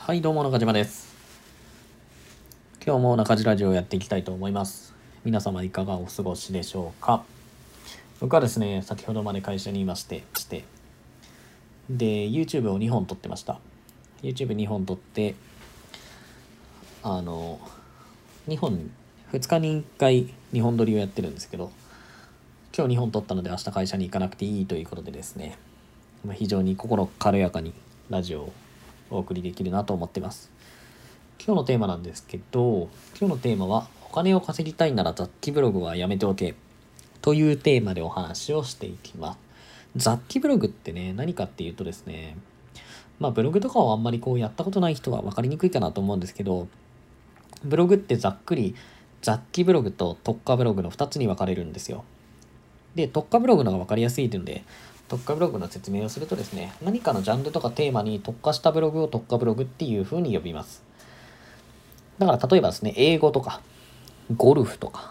はい、どうも中島です。今日も中島ラジオをやっていきたいと思います。皆様いかがお過ごしでしょうか。僕はですね、先ほどまで会社にいまして、で、YouTube を2本撮ってました。YouTube2 本撮って、2本、2日に1回2本撮りをやってるんですけど、今日2本撮ったので明日会社に行かなくていいということでですね、非常に心軽やかにラジオをお送りできるなと思ってます。今日のテーマなんですけど、今日のテーマはお金を稼ぎたいなら雑記ブログはやめておけというテーマでお話をしていきます。雑記ブログってね、何かっていうとですね、ブログとかをあんまりやったことない人は分かりにくいかなと思うんですけど、ブログってざっくり雑記ブログと特化ブログの2つに分かれるんですよ。で、特化ブログのが分かりやすいので、特化ブログの説明をするとですね、何かのジャンルとかテーマに特化したブログを特化ブログっていう風に呼びます。だから例えばですね、英語とか、ゴルフとか、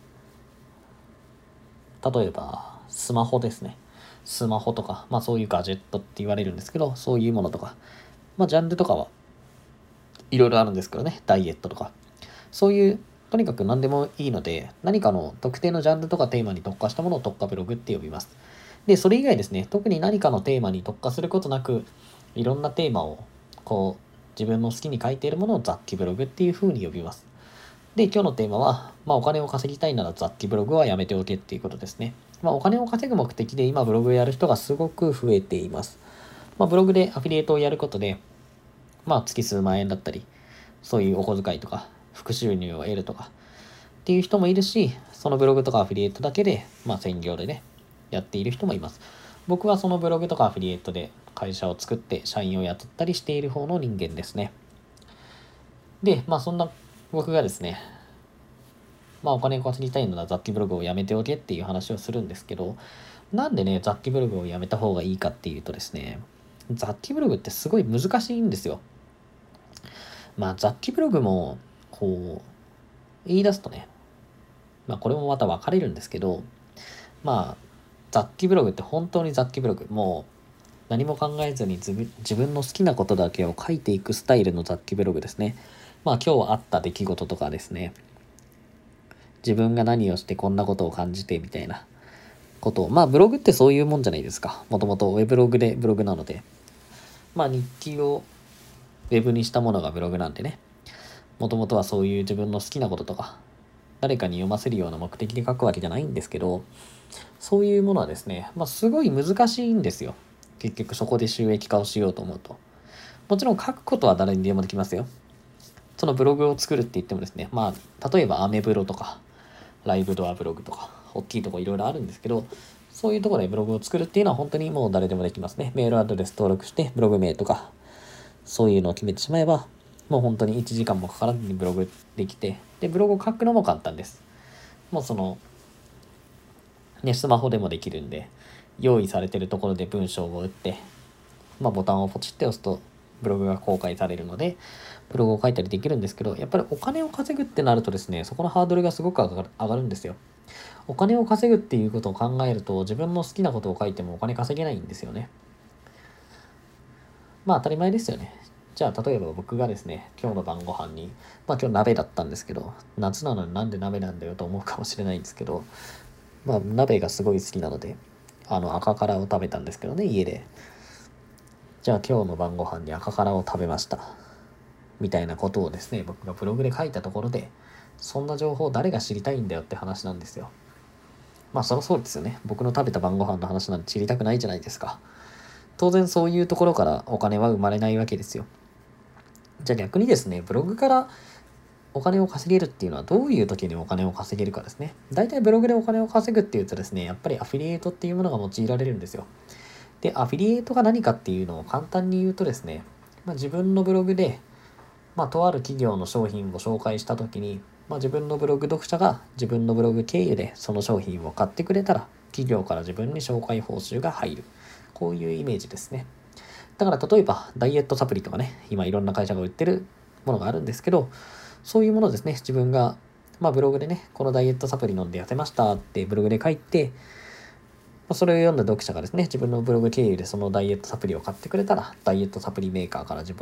例えばスマホですね。スマホとか、そういうガジェットって言われるんですけど、そういうものとか、ジャンルとかはいろいろあるんですけどね、ダイエットとか。そういう、とにかく何でもいいので、何かの特定のジャンルとかテーマに特化したものを特化ブログって呼びます。で、それ以外ですね、特に何かのテーマに特化することなく、いろんなテーマを、自分の好きに書いているものを雑記ブログっていう風に呼びます。で、今日のテーマは、お金を稼ぎたいなら雑記ブログはやめておけっていうことですね。お金を稼ぐ目的で今ブログをやる人がすごく増えています。ブログでアフィリエイトをやることで、月数万円だったり、そういうお小遣いとか、副収入を得るとか、っていう人もいるし、そのブログとかアフィリエイトだけで、専業でね、やっている人もいます。僕はそのブログとかアフィリエイトで会社を作って社員を雇ったりしている方の人間ですね。で、そんな僕がですね、お金を稼ぎたいなら雑記ブログをやめておけっていう話をするんですけど、なんでね、雑記ブログをやめた方がいいかっていうとですね、雑記ブログってすごい難しいんですよ。雑記ブログも、言い出すとね、これもまた分かれるんですけど、雑記ブログって本当に雑記ブログ、もう何も考えずに自分の好きなことだけを書いていくスタイルの雑記ブログですね。今日あった出来事とかですね、自分が何をしてこんなことを感じてみたいなことを、ブログってそういうもんじゃないですか。もともとウェブログでブログなので、日記をウェブにしたものがブログなんでね、もともとはそういう自分の好きなこととか、誰かに読ませるような目的で書くわけじゃないんですけど、そういうものはですね、すごい難しいんですよ。結局そこで収益化をしようと思うと。もちろん書くことは誰にでもできますよ。そのブログを作るって言ってもですね、例えばアメブロとか、ライブドアブログとか、大きいとこいろいろあるんですけど、そういうところでブログを作るっていうのは本当にもう誰でもできますね。メールアドレス登録して、ブログ名とか、そういうのを決めてしまえば、もう本当に1時間もかからずにブログできて、で、ブログを書くのも簡単です。もうスマホでもできるんで、用意されてるところで文章を打って、ボタンをポチって押すと、ブログが公開されるので、ブログを書いたりできるんですけど、やっぱりお金を稼ぐってなるとですね、そこのハードルがすごく上がるんですよ。お金を稼ぐっていうことを考えると、自分の好きなことを書いてもお金稼げないんですよね。当たり前ですよね。じゃあ、例えば僕がですね、今日の晩ご飯に、今日鍋だったんですけど、夏なのになんで鍋なんだよと思うかもしれないんですけど、鍋がすごい好きなので、赤からを食べたんですけどね、家で。じゃあ今日の晩ご飯に赤からを食べました。みたいなことをですね、僕がブログで書いたところで、そんな情報誰が知りたいんだよって話なんですよ。そりゃそうですよね。僕の食べた晩ご飯の話なんて知りたくないじゃないですか。当然そういうところからお金は生まれないわけですよ。じゃあ逆にですね、ブログからお金を稼げるっていうのはどういう時にお金を稼げるかですね。大体ブログでお金を稼ぐっていうとですね、やっぱりアフィリエイトっていうものが用いられるんですよ。で、アフィリエイトが何かっていうのを簡単に言うとですね、自分のブログで、とある企業の商品を紹介した時に、自分のブログ読者が自分のブログ経由でその商品を買ってくれたら、企業から自分に紹介報酬が入る。こういうイメージですね。だから例えばダイエットサプリとかね、今いろんな会社が売ってるものがあるんですけど、そういうものですね、自分が、ブログでね、このダイエットサプリ飲んで痩せましたってブログで書いて、それを読んだ読者がですね、自分のブログ経由でそのダイエットサプリを買ってくれたら、ダイエットサプリメーカーから自分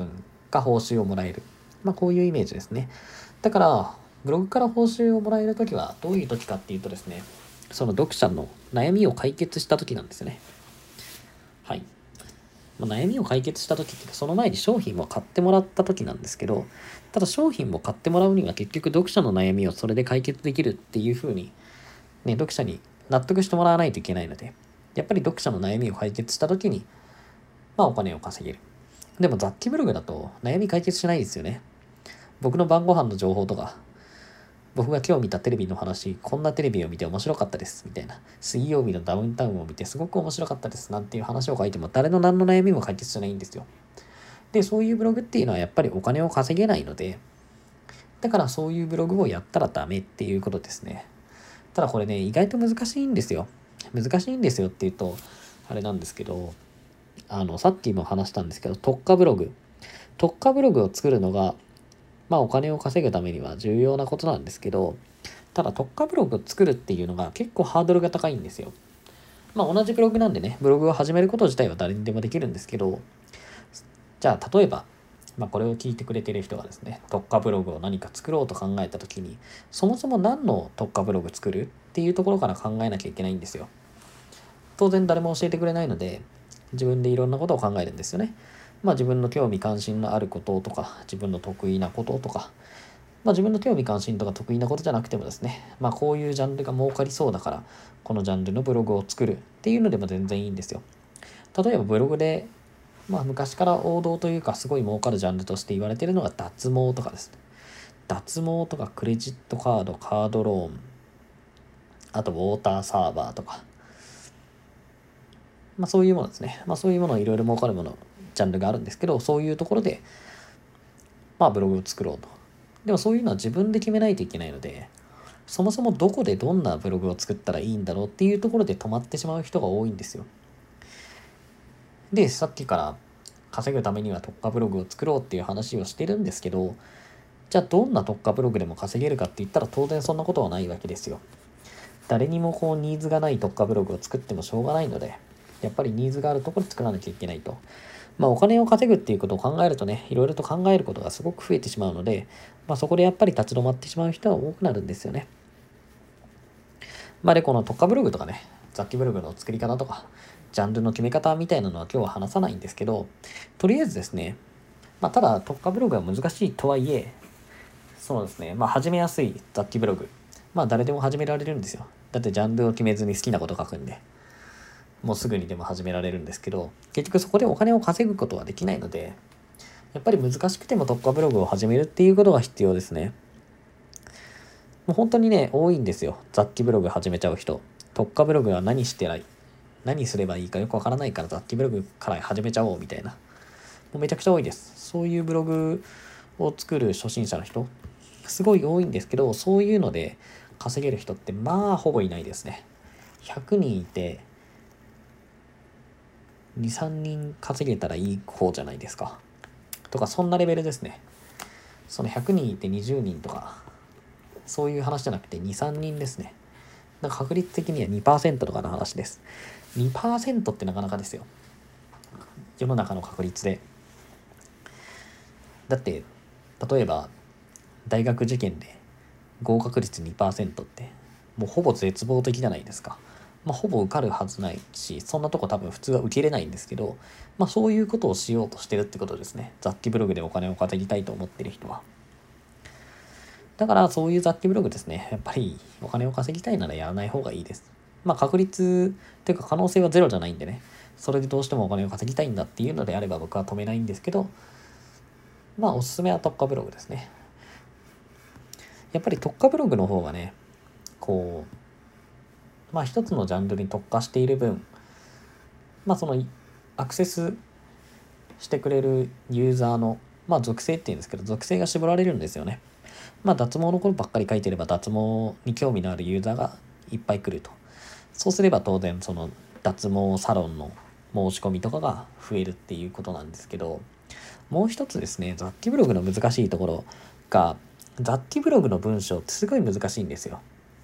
が報酬をもらえる。こういうイメージですね。だから、ブログから報酬をもらえるときはどういうときかっていうとですね、その読者の悩みを解決したときなんですよね。はい。悩みを解決したときってその前に商品を買ってもらったときなんですけど、ただ商品を買ってもらうには結局読者の悩みをそれで解決できるっていう風に、ね、読者に納得してもらわないといけないので、やっぱり読者の悩みを解決したときに、お金を稼げる。でも雑記ブログだと悩み解決しないですよね。僕の晩ご飯の情報とか、僕が今日見たテレビの話、こんなテレビを見て面白かったです、みたいな。水曜日のダウンタウンを見てすごく面白かったです、なんていう話を書いても誰の何の悩みも解決しないんですよ。で、そういうブログっていうのはやっぱりお金を稼げないので、だからそういうブログをやったらダメっていうことですね。ただこれね、意外と難しいんですよ。難しいんですよって言うと、あれなんですけど、さっきも話したんですけど、特化ブログを作るのが、お金を稼ぐためには重要なことなんですけど、ただ特化ブログを作るっていうのが結構ハードルが高いんですよ。同じブログなんでね、ブログを始めること自体は誰にでもできるんですけど、じゃあ例えば、これを聞いてくれてる人がですね、特化ブログを何か作ろうと考えたときに、そもそも何の特化ブログ作るっていうところから考えなきゃいけないんですよ。当然誰も教えてくれないので、自分でいろんなことを考えるんですよね。自分の興味関心のあることとか、自分の得意なこととか、自分の興味関心とか得意なことじゃなくてもですね、こういうジャンルが儲かりそうだから、このジャンルのブログを作るっていうのでも全然いいんですよ。例えばブログで、昔から王道というかすごい儲かるジャンルとして言われているのが脱毛とかですね。脱毛とかクレジットカード、カードローン、あとウォーターサーバーとか、そういうものですね。そういうものいろいろ儲かるもの、ジャンルがあるんですけど、そういうところで、ブログを作ろうと。でもそういうのは自分で決めないといけないので、そもそもどこでどんなブログを作ったらいいんだろうっていうところで止まってしまう人が多いんですよ。で、さっきから稼ぐためには特化ブログを作ろうっていう話をしてるんですけど、じゃあどんな特化ブログでも稼げるかって言ったら当然そんなことはないわけですよ。誰にもニーズがない特化ブログを作ってもしょうがないので、やっぱりニーズがあるところで作らなきゃいけないと。お金を稼ぐっていうことを考えるとね、いろいろと考えることがすごく増えてしまうので、そこでやっぱり立ち止まってしまう人は多くなるんですよね。で、この特化ブログとかね、雑記ブログの作り方とか、ジャンルの決め方みたいなのは今日は話さないんですけど、とりあえずですね、ただ特化ブログは難しいとはいえ、そうですね、始めやすい雑記ブログ、誰でも始められるんですよ。だってジャンルを決めずに好きなこと書くんで。もうすぐにでも始められるんですけど、結局そこでお金を稼ぐことはできないので、やっぱり難しくても特化ブログを始めるっていうことが必要ですね。もう本当にね、多いんですよ。雑記ブログ始めちゃう人。特化ブログは何すればいいかよくわからないから雑記ブログから始めちゃおうみたいな。もうめちゃくちゃ多いです。そういうブログを作る初心者の人、すごい多いんですけど、そういうので稼げる人ってほぼいないですね。100人いて、2、3人稼げたらいい方じゃないですか。とか、そんなレベルですね。その100人いて20人とか、そういう話じゃなくて2、3人ですね。確率的には 2% とかの話です。2% ってなかなかですよ。世の中の確率で。だって、例えば、大学受験で合格率 2% って、もうほぼ絶望的じゃないですか。ほぼ受かるはずないし、そんなとこ多分普通は受けれないんですけど、そういうことをしようとしてるってことですね。雑記ブログでお金を稼ぎたいと思ってる人は。だからそういう雑記ブログですね。やっぱりお金を稼ぎたいならやらない方がいいです。確率っていうか可能性はゼロじゃないんでね。それでどうしてもお金を稼ぎたいんだっていうのであれば僕は止めないんですけど、おすすめは特化ブログですね。やっぱり特化ブログの方がね、一つのジャンルに特化している分、そのアクセスしてくれるユーザーの、属性っていうんですけど、属性が絞られるんですよね。脱毛のことばっかり書いてれば脱毛に興味のあるユーザーがいっぱい来ると。そうすれば当然その脱毛サロンの申し込みとかが増えるっていうことなんですけど、もう一つですね、雑記ブログの難しいところが、雑記ブログの文章ってすごい難しいんですよ。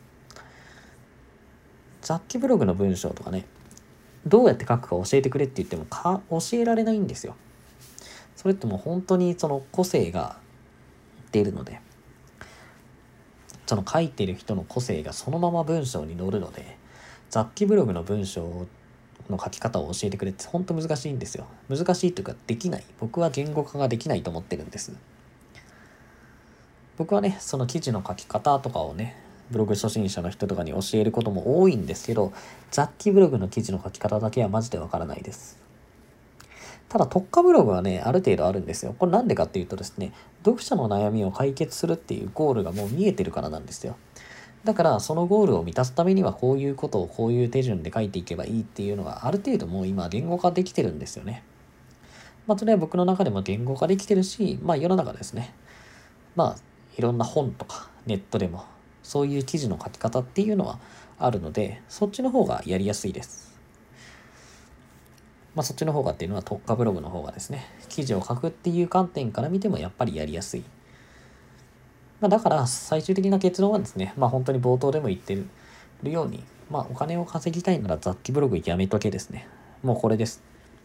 雑記ブログの文章とかね、どうやって書くか教えてくれって言っても教えられないんですよ。 それってもう本当にその個性が出るので、その書いてる人の個性がそのまま文章に載るので、雑記ブログの文章の書き方を教えてくれって本当難しいんですよ。難しいというかできない。僕は言語化ができないと思ってるんです。僕はね、その記事の書き方とかをね、ブログ初心者の人とかに教えることも多いんですけど、雑記ブログの記事の書き方だけはマジでわからないです。ただ特化ブログはね、ある程度あるんですよ。これなんでかっていうとですね、読者の悩みを解決するっていうゴールがもう見えてるからなんですよ。だからそのゴールを満たすためにはこういうことをこういう手順で書いていけばいいっていうのがある程度もう今言語化できてるんですよね。それは僕の中でも言語化できてるし、世の中ですね。いろんな本とかネットでもそういう記事の書き方っていうのはあるので、そっちの方がやりやすいです。そっちの方がっていうのは特化ブログの方がですね、記事を書くっていう観点から見てもやっぱりやりやすい。だから最終的な結論はですね、本当に冒頭でも言ってるように、お金を稼ぎたいなら雑記ブログやめとけですね。もうこれです。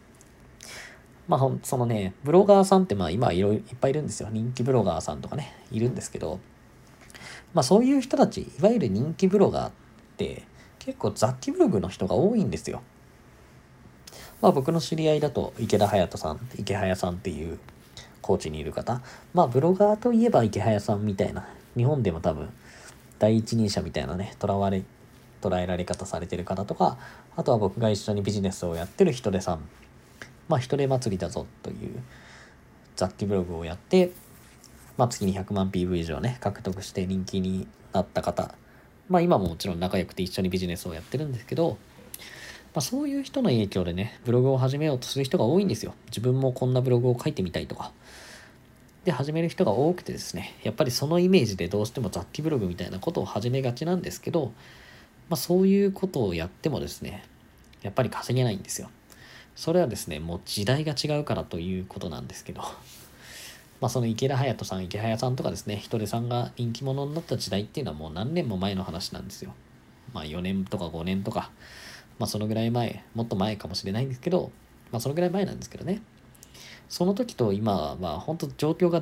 そのね、ブロガーさんって今いっぱいいるんですよ。人気ブロガーさんとかね、いるんですけど、そういう人たち、いわゆる人気ブロガーって結構雑記ブログの人が多いんですよ。僕の知り合いだと池早さんっていう高知にいる方。ブロガーといえば池早さんみたいな、日本でも多分第一人者みたいなね、捉えられ方されてる方とか、あとは僕が一緒にビジネスをやってる人手さん。人手祭りだぞという雑記ブログをやって、月に100万 PV 以上ね、獲得して人気になった方。今ももちろん仲良くて一緒にビジネスをやってるんですけど、そういう人の影響でね、ブログを始めようとする人が多いんですよ。自分もこんなブログを書いてみたいとか。で、始める人が多くてですね、やっぱりそのイメージでどうしても雑記ブログみたいなことを始めがちなんですけど、そういうことをやってもですね、やっぱり稼げないんですよ。それはですね、もう時代が違うからということなんですけど、その池早さんとかですね、人手さんが人気者になった時代っていうのはもう何年も前の話なんですよ。4年とか5年とか、そのぐらい前、もっと前かもしれないんですけど、そのぐらい前なんですけどね。その時と今は、本当状況が